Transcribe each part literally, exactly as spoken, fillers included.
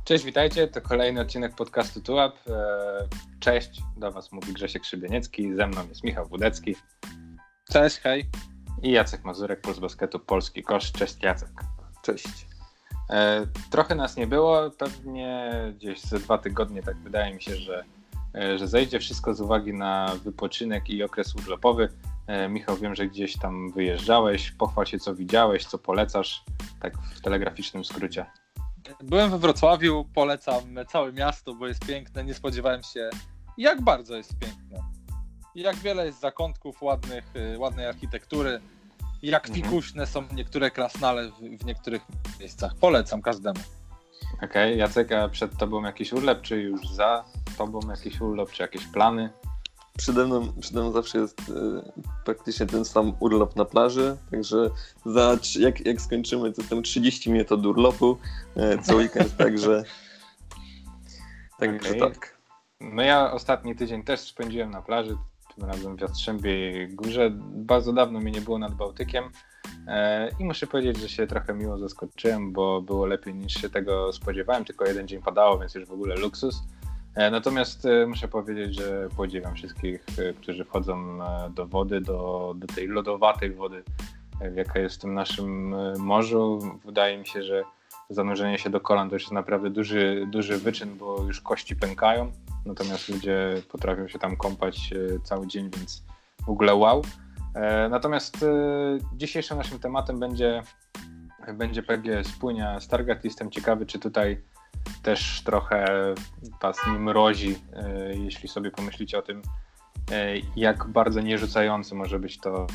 Cześć, witajcie, to kolejny odcinek podcastu Tułap. Cześć, do Was mówi Grzesiek Szybieniecki, ze mną jest Michał Wódecki. Cześć, hej. I Jacek Mazurek, Puls Basketu Polski Kosz. Cześć Jacek. Cześć. Trochę nas nie było, pewnie gdzieś ze dwa tygodnie, tak wydaje mi się, że, że zejdzie wszystko z uwagi na wypoczynek i okres urlopowy. Michał, wiem, że gdzieś tam wyjeżdżałeś, pochwal się, co widziałeś, co polecasz, tak w telegraficznym skrócie. Byłem we Wrocławiu, polecam całe miasto, bo jest piękne. Nie spodziewałem się, jak bardzo jest piękne. Jak wiele jest zakątków ładnych, ładnej architektury. Jak Mhm. fikuśne są niektóre krasnale w, w niektórych miejscach. Polecam każdemu. Okej, okay. Jacek, a przed Tobą jakiś urlop, czy już za Tobą jakiś urlop, czy jakieś plany? Przede mną, przede mną zawsze jest e, praktycznie ten sam urlop na plaży, także za, jak, jak skończymy, to tam trzydzieści minut od urlopu, e, co weekend, także, także okay. tak. No ja ostatni tydzień też spędziłem na plaży, tym razem w Jastrzębiej Górze. Bardzo dawno mnie nie było nad Bałtykiem e, i muszę powiedzieć, że się trochę miło zaskoczyłem, bo było lepiej niż się tego spodziewałem, tylko jeden dzień padało, więc już w ogóle luksus. Natomiast muszę powiedzieć, że podziwiam wszystkich, którzy wchodzą do wody, do, do tej lodowatej wody, jaka jest w tym naszym morzu. Wydaje mi się, że zanurzenie się do kolan to już jest naprawdę duży, duży wyczyn, bo już kości pękają. Natomiast ludzie potrafią się tam kąpać cały dzień, więc w ogóle wow. Natomiast dzisiejszym naszym tematem będzie, będzie P G S Płynia Stargard. Jestem ciekawy, czy tutaj też trochę was nie mrozi, jeśli sobie pomyślicie o tym, jak bardzo nierzucający może być to,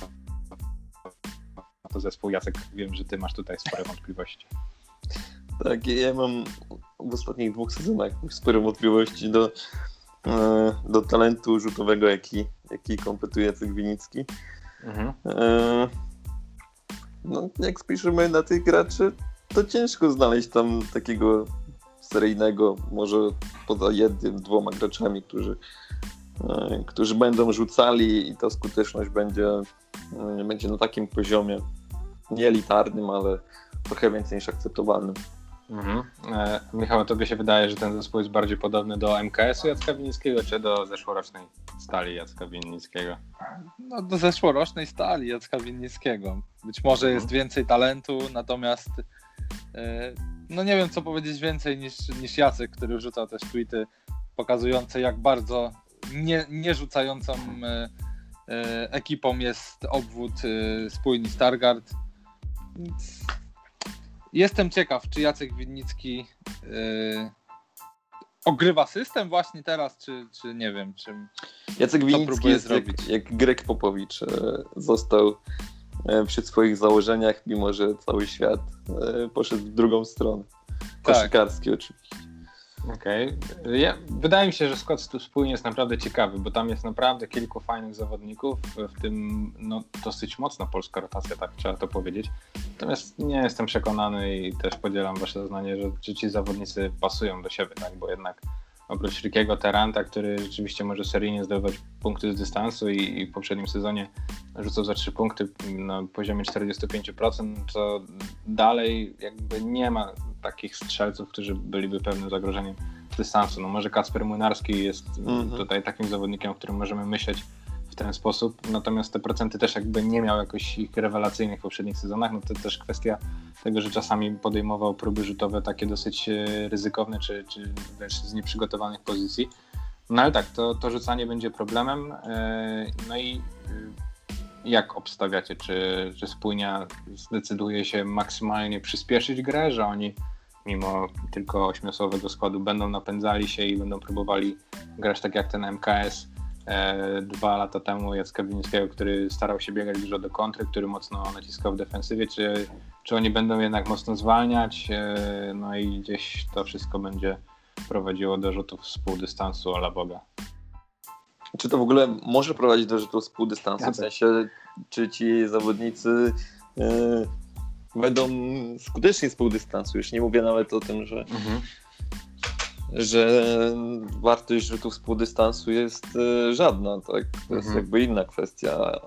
to zespół. Jacek, wiem, że ty masz tutaj spore wątpliwości. Tak, ja mam w ostatnich dwóch sezonach spore wątpliwości do, do talentu rzutowego, jaki, jaki kompletuje Jacek Winicki. Mhm. No, jak spojrzymy na tych graczy, to ciężko znaleźć tam takiego seryjnego, może poza jednym, dwoma graczami, którzy, e, którzy będą rzucali i ta skuteczność będzie, e, będzie na takim poziomie nie elitarnym, ale trochę więcej niż akceptowalnym. Mhm. E, Michał, tobie się wydaje, że ten zespół jest bardziej podobny do M K S-u Jacka Winnickiego, czy do zeszłorocznej Stali Jacka Winnickiego? No, do zeszłorocznej Stali Jacka Winnickiego. Być może mhm. jest więcej talentu, natomiast e, no nie wiem, co powiedzieć więcej niż, niż Jacek, który rzucał też tweety pokazujące, jak bardzo nie, nie rzucającą e, e, ekipą jest obwód e, spójni Stargard. Więc jestem ciekaw, czy Jacek Winnicki e, ogrywa system właśnie teraz, czy, czy nie wiem, czym Jacek Winnicki jest jak, jak Greg Popowicz. E, został przy swoich założeniach, mimo że cały świat e, poszedł w drugą stronę. Koszykarski tak. Oczywiście. Okej. Okay. Ja, wydaje mi się, że skład spójnie jest naprawdę ciekawy, bo tam jest naprawdę kilku fajnych zawodników, w tym no, dosyć mocna polska rotacja, tak trzeba to powiedzieć. Natomiast nie jestem przekonany i też podzielam wasze zdanie, że, że ci zawodnicy pasują do siebie, tak? Bo jednak oprócz Rickiego Taranta, który rzeczywiście może seryjnie zdobywać punkty z dystansu i, i w poprzednim sezonie rzucał za trzy punkty na poziomie czterdzieści pięć procent, to dalej jakby nie ma takich strzelców, którzy byliby pewnym zagrożeniem dystansu. No może Kacper Młynarski jest mm-hmm. tutaj takim zawodnikiem, o którym możemy myśleć w ten sposób, natomiast te procenty też jakby nie miał jakoś ich rewelacyjnych w poprzednich sezonach, no to też kwestia tego, że czasami podejmował próby rzutowe takie dosyć ryzykowne, czy, czy wręcz z nieprzygotowanych pozycji. No ale tak, to, to rzucanie będzie problemem. No i jak obstawiacie, czy, czy Spójnia zdecyduje się maksymalnie przyspieszyć grę, że oni mimo tylko ośmioosobowego składu będą napędzali się i będą próbowali grać tak jak ten M K S e, dwa lata temu Jacka Winnickiego, który starał się biegać dużo do kontry, który mocno naciskał w defensywie, czy, czy oni będą jednak mocno zwalniać, e, no i gdzieś to wszystko będzie prowadziło do rzutów z półdystansu a la Boga. Czy to w ogóle może prowadzić do rzutów z półdystansu? W sensie, czy ci zawodnicy yy, będą skuteczni z półdystansu? Już nie mówię nawet o tym, że, mhm. że wartość rzutów z półdystansu jest yy, żadna. Tak? To mhm. jest jakby inna kwestia.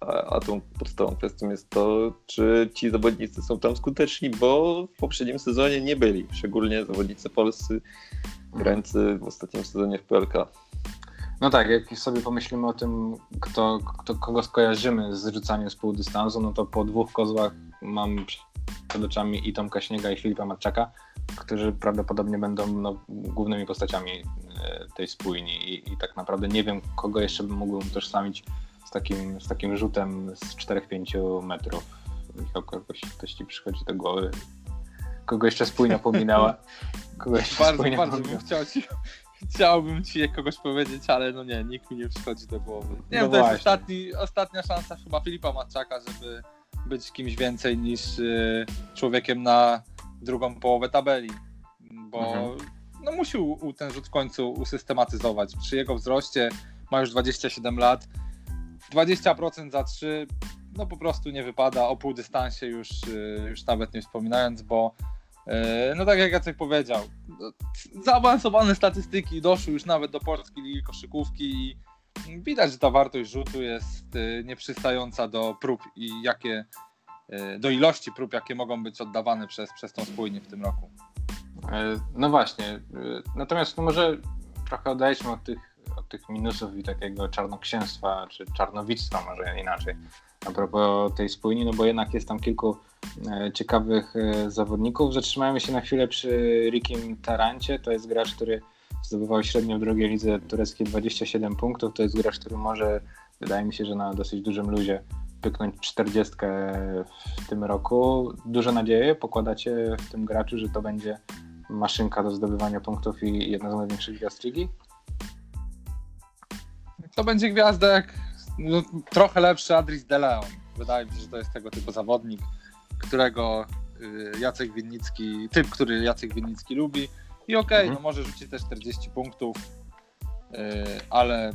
a, a tą podstawową kwestią jest to, czy ci zawodnicy są tam skuteczni, bo w poprzednim sezonie nie byli, szczególnie zawodnicy polscy grający w ostatnim sezonie w P L K. No tak, jak sobie pomyślimy o tym, kto, kto, kogo skojarzymy z rzucaniem z półdystansu, no to po dwóch kozłach mam przed oczami i Tomka Śniega, i Filipa Matczaka, którzy prawdopodobnie będą no, głównymi postaciami tej spójni i, i tak naprawdę nie wiem, kogo jeszcze bym mógł utożsamić z takim, z takim rzutem z czterech pięciu metrów. Michał, kogoś ktoś ci przychodzi do głowy? Kogo jeszcze spójnia pominęła? Kogo jeszcze bardzo, spójnia bardzo pominęła? bym chciał ci, chciałbym ci kogoś powiedzieć, ale no nie, nikt mi nie przychodzi do głowy. Nie No wiem, to jest właśnie. ostatni, ostatnia szansa chyba Filipa Matczaka, żeby być kimś więcej niż y, człowiekiem na drugą połowę tabeli, bo Mhm. no musi u, u ten rzut w końcu usystematyzować. Przy jego wzroście ma już dwadzieścia siedem lat, dwadzieścia procent za trzy, no po prostu nie wypada, o półdystansie już, y, już nawet nie wspominając, bo y, no tak jak Jacek powiedział, no, zaawansowane statystyki doszły już nawet do Polskiej Ligi Koszykówki i widać, że ta wartość rzutu jest y, nieprzystająca do prób i jakie y, do ilości prób, jakie mogą być oddawane przez, przez tą spójnię w tym roku. E, No właśnie, e, natomiast no może trochę odejdźmy od tych, od tych minusów i takiego czarnoksięstwa, czy czarnowictwa może inaczej, a propos tej spójni, no bo jednak jest tam kilku e, ciekawych e, zawodników. Zatrzymajmy się na chwilę przy Rikim Tarancie, to jest gracz, który zdobywał średnio w drugiej lidze tureckiej dwadzieścia siedem punktów, to jest gracz, który może, wydaje mi się, że na dosyć dużym luzie pyknąć czterdziestkę w tym roku. Duże nadzieje pokładacie w tym graczu, że to będzie maszynka do zdobywania punktów i jedna z największych gwiazd ligi? To będzie gwiazda jak no, trochę lepszy Adris de Leon. Wydaje mi się, że to jest tego typu zawodnik, którego y, Jacek Winnicki, typ, który Jacek Winnicki lubi. I okej, okay, mhm. no może rzucić też czterdzieści punktów, y, ale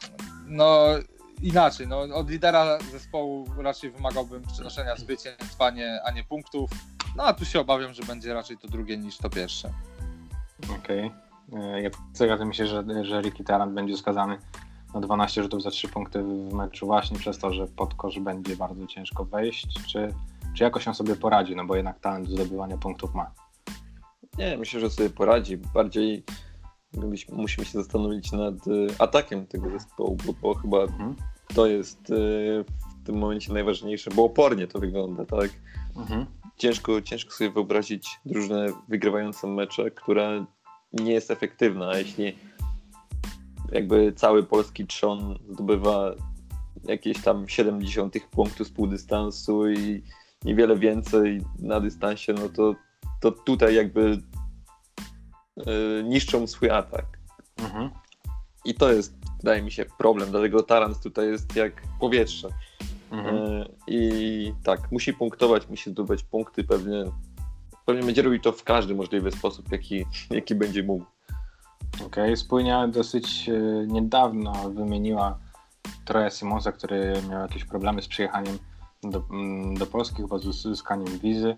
no inaczej, no od lidera zespołu raczej wymagałbym przynoszenia zwycięstw, a nie, a nie punktów. No a tu się obawiam, że będzie raczej to drugie niż to pierwsze. Okej. Okay. Ja tak myślę, że, że Ricky Tarant będzie skazany na dwanaście rzutów za trzy punkty w meczu właśnie przez to, że pod kosz będzie bardzo ciężko wejść, czy, czy jakoś on sobie poradzi, no bo jednak talent do zdobywania punktów ma. Nie, myślę, że sobie poradzi. Bardziej musimy się zastanowić nad atakiem tego zespołu, bo, bo chyba mhm. to jest w tym momencie najważniejsze, bo opornie to wygląda, tak? Mhm. Ciężko, ciężko sobie wyobrazić drużynę wygrywającą mecze, która nie jest efektywna, a jeśli jakby cały polski trzon zdobywa jakieś tam siedemdziesiąt punktów z półdystansu i niewiele więcej na dystansie, no to, to tutaj jakby yy, niszczą swój atak. Mhm. I to jest, wydaje mi się, problem, dlatego Tarant tutaj jest jak powietrze. Mhm. Yy, I tak, musi punktować, musi zdobywać punkty, pewnie, pewnie będzie robić to w każdy możliwy sposób, jaki, jaki będzie mógł. Okej, okay. Spójnia dosyć e, niedawno wymieniła Troja Simonsa, który miał jakieś problemy z przyjechaniem do, do Polski, chyba z uzyskaniem wizy,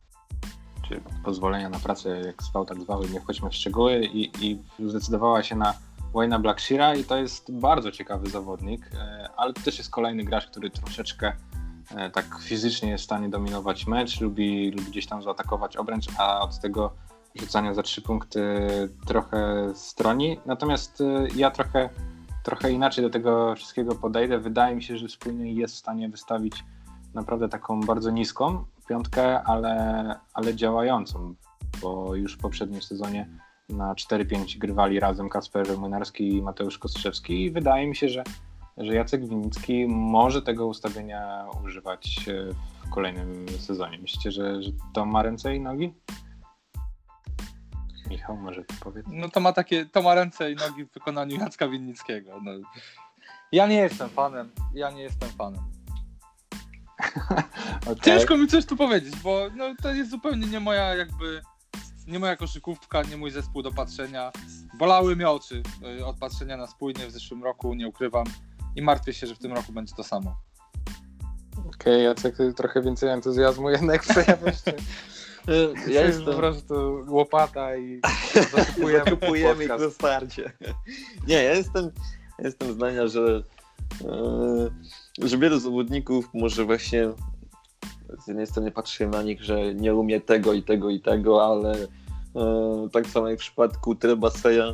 czy pozwolenia na pracę, jak zwał, tak zwał, nie wchodźmy w szczegóły, i, i zdecydowała się na Wayne'a Blacksheara i to jest bardzo ciekawy zawodnik, e, ale to też jest kolejny gracz, który troszeczkę e, tak fizycznie jest w stanie dominować mecz, lubi, lubi gdzieś tam zaatakować obręcz, a od tego rzucania za trzy punkty trochę stroni. Natomiast ja trochę, trochę inaczej do tego wszystkiego podejdę. Wydaje mi się, że Spójnia jest w stanie wystawić naprawdę taką bardzo niską piątkę, ale, ale działającą, bo już w poprzednim sezonie na cztery pięć grywali razem Kacper Młynarski i Mateusz Kostrzewski i wydaje mi się, że, że Jacek Winnicki może tego ustawienia używać w kolejnym sezonie. Myślicie, że, że to ma ręce i nogi? Michał, może ty powiedz? No to ma takie, to ma ręce i nogi w wykonaniu Jacka Winnickiego. No. Ja nie jestem fanem, ja nie jestem fanem. Okay. Ciężko mi coś tu powiedzieć, bo no, to jest zupełnie nie moja jakby, nie moja koszykówka, nie mój zespół do patrzenia. Bolały mnie oczy od patrzenia na Spójnię w zeszłym roku, nie ukrywam, i martwię się, że w tym roku będzie to samo. Okej, okay, Jacek, trochę więcej entuzjazmu jednak przejawiasz. Ja jestem po prostu łopata i zakupujemy, zakupujemy ich do starcie. Nie, ja jestem, jestem zdania, że że wielu zawodników może właśnie z jednej strony patrzy na nich, że nie umie tego i tego i tego, ale tak samo jak w przypadku Trebaseja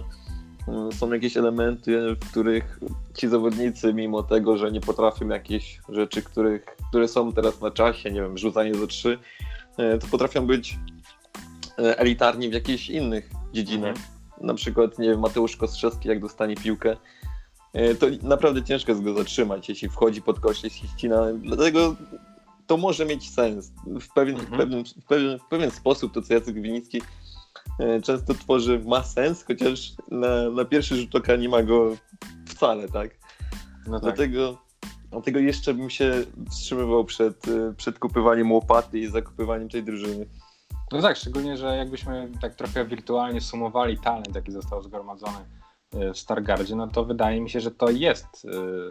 są jakieś elementy, w których ci zawodnicy, mimo tego, że nie potrafią jakieś rzeczy, których, które są teraz na czasie, nie wiem, rzucanie za trzy, to potrafią być elitarni w jakichś innych dziedzinach. Mm. Na przykład, nie wiem, Mateusz Kostrzewski, jak dostanie piłkę, to naprawdę ciężko jest go zatrzymać, jeśli wchodzi pod kosz, jeśli ścina. Dlatego to może mieć sens. W pewien, mm. w pewien, w pewien, w pewien sposób to, co Jacek Winnicki często tworzy, ma sens, chociaż na, na pierwszy rzut oka nie ma go wcale, tak? No tak. Dlatego, dlatego jeszcze bym się wstrzymywał przed, przed kupywaniem łopaty i zakupywaniem tej drużyny. No tak, szczególnie, że jakbyśmy tak trochę wirtualnie sumowali talent, jaki został zgromadzony w Stargardzie, no to wydaje mi się, że to jest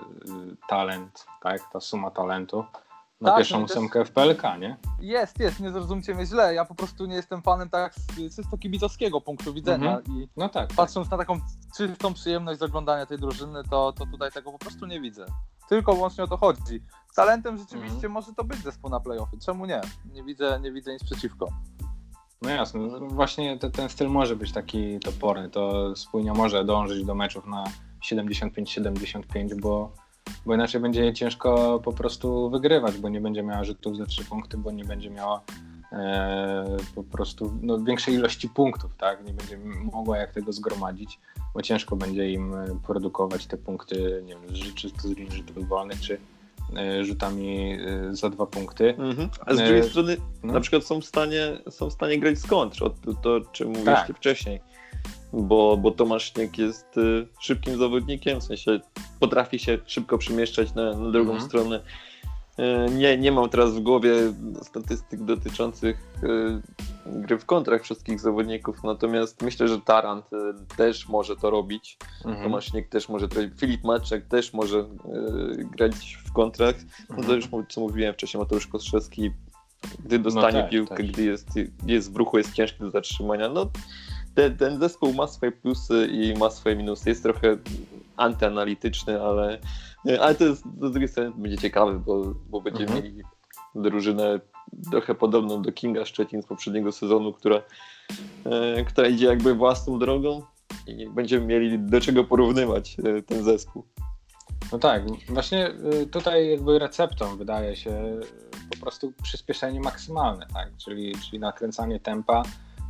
talent, tak? Ta suma talentu. Na tak, pierwszą ósemkę w P L K, nie? Jest, jest, nie zrozumcie mnie źle. Ja po prostu nie jestem fanem tak z czysto kibicowskiego punktu widzenia. Mhm. I no tak, patrząc tak. na taką czystą przyjemność z oglądania tej drużyny, to, to tutaj tego po prostu nie widzę. Tylko wyłącznie o to chodzi. Talentem rzeczywiście mhm. może to być zespół na play-offy. Czemu nie? Nie widzę, nie widzę nic przeciwko. No jasne, właśnie te, ten styl może być taki toporny. To Spójnia może dążyć do meczów na siedemdziesiąt pięć siedemdziesiąt pięć, bo bo inaczej będzie ciężko po prostu wygrywać, bo nie będzie miała rzutów za trzy punkty, bo nie będzie miała e, po prostu no, większej ilości punktów, tak? Nie będzie mogła jak tego zgromadzić, bo ciężko będzie im produkować te punkty, nie wiem, z, czy z linii rzutów wolnych, czy e, rzutami e, za dwa punkty. Mhm. A z drugiej e, strony no. na przykład są w stanie, są w stanie grać z kontr, o to, to czym mówiliście tak. wcześniej. Bo, bo Tomasz Śnieg jest y, szybkim zawodnikiem, w sensie potrafi się szybko przemieszczać na, na drugą mm. stronę. Y, nie, nie mam teraz w głowie statystyk dotyczących y, gry w kontrach wszystkich zawodników, natomiast myślę, że Tarant y, też może to robić. Mm. Tomasz Śnieg też może to robić. Filip Maczek też może y, grać w kontrach. No to już co mówiłem wcześniej, Mateusz Kostrzewski, gdy dostanie no tak, piłkę, tak. gdy jest, jest w ruchu, jest ciężki do zatrzymania. No, Ten, ten zespół ma swoje plusy i ma swoje minusy. Jest trochę antyanalityczny, ale, ale to jest, z drugiej strony będzie ciekawy, bo, bo będziemy mhm. mieli drużynę trochę podobną do Kinga Szczecin z poprzedniego sezonu, która, e, która idzie jakby własną drogą i będziemy mieli do czego porównywać e, ten zespół. No tak, właśnie tutaj jakby receptą wydaje się po prostu przyspieszenie maksymalne, tak? czyli, czyli nakręcanie tempa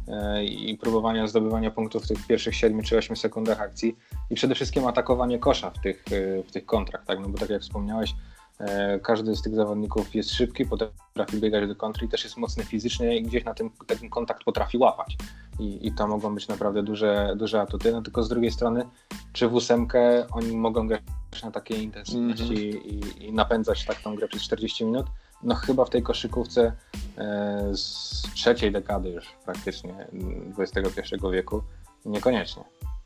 i próbowania zdobywania punktów w tych pierwszych siedmiu czy ośmiu sekundach akcji i przede wszystkim atakowanie kosza w tych, w tych kontrach, tak? No bo tak jak wspomniałeś, każdy z tych zawodników jest szybki, potrafi biegać do kontry i też jest mocny fizycznie i gdzieś na tym ten kontakt potrafi łapać i, i to mogą być naprawdę duże, duże atuty, no tylko z drugiej strony czy w ósemkę oni mogą grać na takiej intensywności mm-hmm. i, i napędzać tak tą grę przez czterdzieści minut? No chyba w tej koszykówce e, z trzeciej dekady już praktycznie dwudziestego pierwszego wieku niekoniecznie.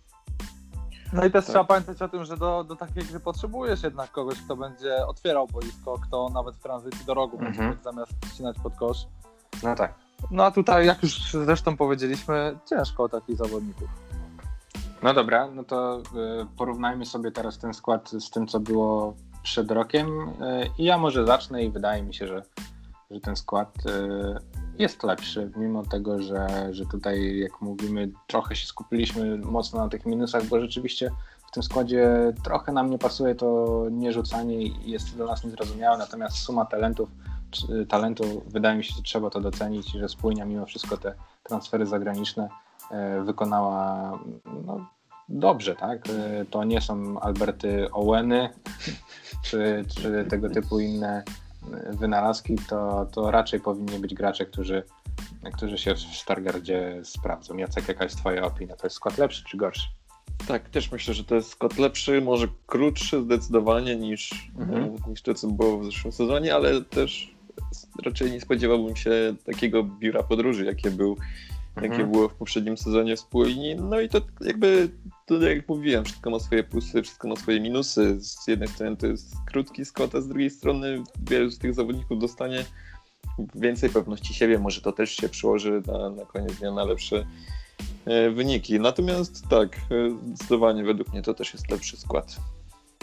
No i też tak. trzeba pamiętać o tym, że do, do takiej gry potrzebujesz jednak kogoś, kto będzie otwierał boisko, kto nawet w tranzycji do rogu będzie mm-hmm. zamiast ścinać pod kosz. No tak. No a tutaj, jak już zresztą powiedzieliśmy, ciężko o takich zawodników. No dobra, no to y, porównajmy sobie teraz ten skład z tym, co było przed rokiem i ja może zacznę i wydaje mi się, że, że ten skład jest lepszy, mimo tego, że, że tutaj jak mówimy trochę się skupiliśmy mocno na tych minusach, bo rzeczywiście w tym składzie trochę nam nie pasuje to nierzucanie i jest dla nas niezrozumiałe, natomiast suma talentów, talentu wydaje mi się, że trzeba to docenić, że Spójnia mimo wszystko te transfery zagraniczne wykonała no, dobrze, tak? To nie są Alberty Oweny czy, czy tego typu inne wynalazki, to, to raczej powinni być gracze, którzy, którzy się w Stargardzie sprawdzą. Jacek, jaka jest twoja opinia? To jest skład lepszy czy gorszy? Tak, też myślę, że to jest skład lepszy, może krótszy zdecydowanie niż, mhm. niż to, co było w zeszłym sezonie, ale też raczej nie spodziewałbym się takiego biura podróży, jakie był jakie mhm. było w poprzednim sezonie w Spójni. No i to jakby, to jak mówiłem, wszystko ma swoje plusy, wszystko ma swoje minusy. Z jednej strony to jest krótki skład, a z drugiej strony wielu z tych zawodników dostanie więcej pewności siebie. Może to też się przełoży na, na koniec dnia na lepsze e, wyniki. Natomiast tak, zdecydowanie według mnie to też jest lepszy skład.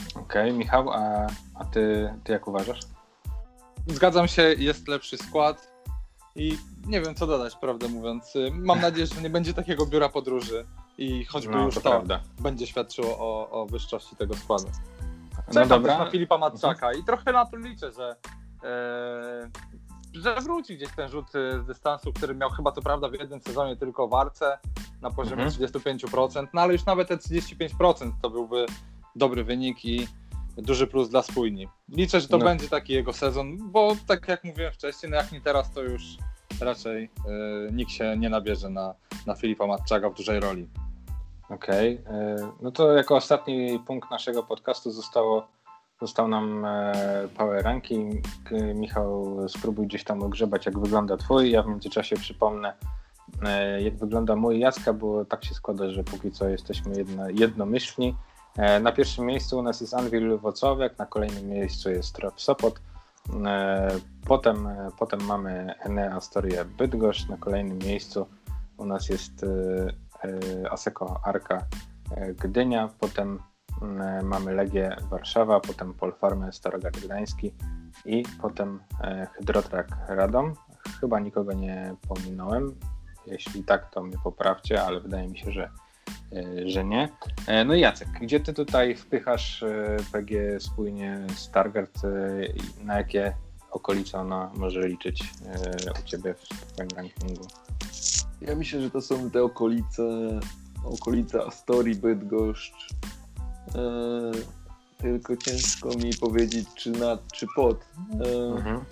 Okej, okay, Michał, a, a ty, ty jak uważasz? Zgadzam się, jest lepszy skład i nie wiem co dodać, prawdę mówiąc. Mam nadzieję, że nie będzie takiego biura podróży i choćby no, już to, to prawda. będzie świadczyło o, o wyższości tego składu. No Czekam dobra. też na Filipa Matczaka mhm. i trochę na to liczę, że, e, że wróci gdzieś ten rzut z dystansu, który miał chyba co prawda w jednym sezonie tylko w Arce na poziomie mhm. trzydzieści pięć procent, no ale już nawet te trzydzieści pięć procent to byłby dobry wynik i duży plus dla Spójni. Liczę, że to no. będzie taki jego sezon, bo tak jak mówiłem wcześniej, no jak nie teraz, to już raczej y, nikt się nie nabierze na, na Filipa Matczaka w dużej roli. Okej, okay. No to jako ostatni punkt naszego podcastu zostało, został nam power ranking. Michał, spróbuj gdzieś tam ogrzebać, jak wygląda twój. Ja w międzyczasie przypomnę, jak wygląda mój Jacka, bo tak się składa, że póki co jesteśmy jedno, jednomyślni. Na pierwszym miejscu u nas jest Anwil Włocławek, na kolejnym miejscu jest Tref Sopot, potem, potem mamy Enea Astoria Bydgoszcz, na kolejnym miejscu u nas jest Asseco Arka Gdynia, potem mamy Legię Warszawa, potem Polfarmę Starogard Gdański i potem Hydrotrak Radom. Chyba nikogo nie pominąłem, jeśli tak, to mnie poprawcie, ale wydaje mi się, że że nie. No i Jacek, gdzie ty tutaj wpychasz P G Spójnie Stargard, na jakie okolice ona może liczyć u ciebie w twoim rankingu? Ja myślę, że to są te okolice okolice Astorii, Bydgoszcz. Eee, tylko ciężko mi powiedzieć, czy nad, czy pod. Eee, mhm.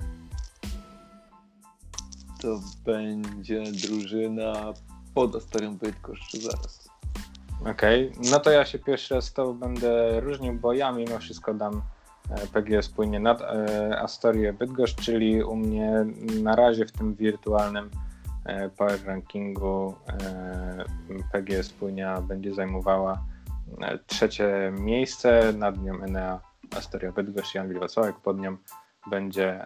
To będzie drużyna pod Astorią Bydgoszcz zaraz. Okej, okay. No to ja się pierwszy raz z tobą będę różnił, bo ja mimo wszystko dam P G Spójnie nad Astorię Bydgoszcz, czyli u mnie na razie w tym wirtualnym power rankingu P G Spójnia będzie zajmowała trzecie miejsce, nad nią Enea Astoria Bydgoszcz i Anwil Włocławek, pod nią będzie...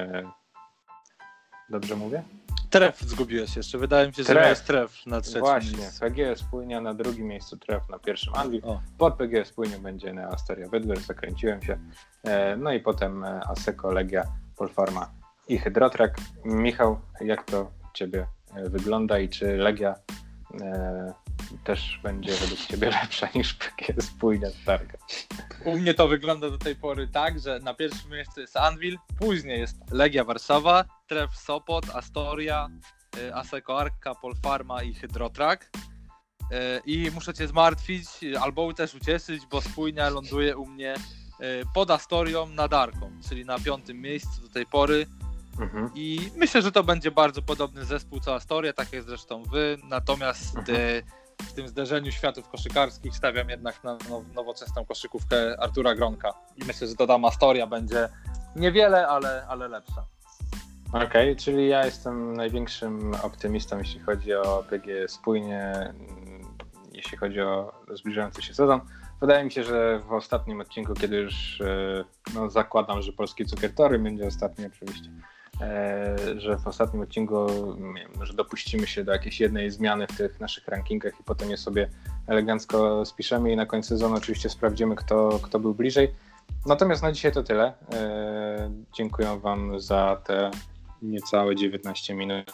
Dobrze mówię? Tref zgubiłeś jeszcze. Wydaje mi się, że tref. Jest Tref na trzecim Właśnie, miejscu. P G Spójnia na drugim miejscu, Tref na pierwszym, Anwil. Pod P G Spójnią będzie Enea Astoria Bydgoszcz, zakręciłem się. No i potem Asseco, Legia, Polfarma i Hydrotrak. Michał, jak to u ciebie wygląda i czy Legia e, też będzie według ciebie lepsza niż P G Spójnia Stargard? U mnie to wygląda do tej pory tak, że na pierwszym miejscu jest Anwil, później jest Legia Warszawa, Tref Sopot, Astoria, Asseco Arka, Polfarma i Hydrotrak. I muszę cię zmartwić, albo też ucieszyć, bo Spójnia ląduje u mnie pod Astorią nad Arką, czyli na piątym miejscu do tej pory. Mhm. I myślę, że to będzie bardzo podobny zespół co Astoria, tak jak zresztą wy, natomiast mhm. w tym zderzeniu światów koszykarskich stawiam jednak na nowoczesną koszykówkę Artura Gronka i myślę, że to tam Astoria będzie niewiele, ale, ale lepsza. Okej, okay, czyli ja jestem największym optymistą, jeśli chodzi o P G Spójnie, jeśli chodzi o zbliżający się sezon. Wydaje mi się, że w ostatnim odcinku, kiedy już no, zakładam, że polski cukier tory będzie ostatni oczywiście, że w ostatnim odcinku że dopuścimy się do jakiejś jednej zmiany w tych naszych rankingach i potem je sobie elegancko spiszemy i na końcu sezonu oczywiście sprawdzimy, kto, kto był bliżej. Natomiast na dzisiaj to tyle. Dziękuję wam za te niecałe dziewiętnaście minut.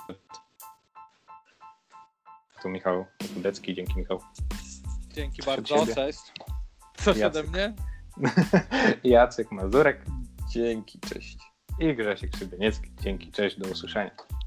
Tu Michał Kudecki. Dzięki, Michał. Dzięki bardzo, cześć. Coś ode mnie? Jacek Mazurek. Dzięki, cześć. I Grzesiek Szybieniecki. Dzięki, cześć, do usłyszenia.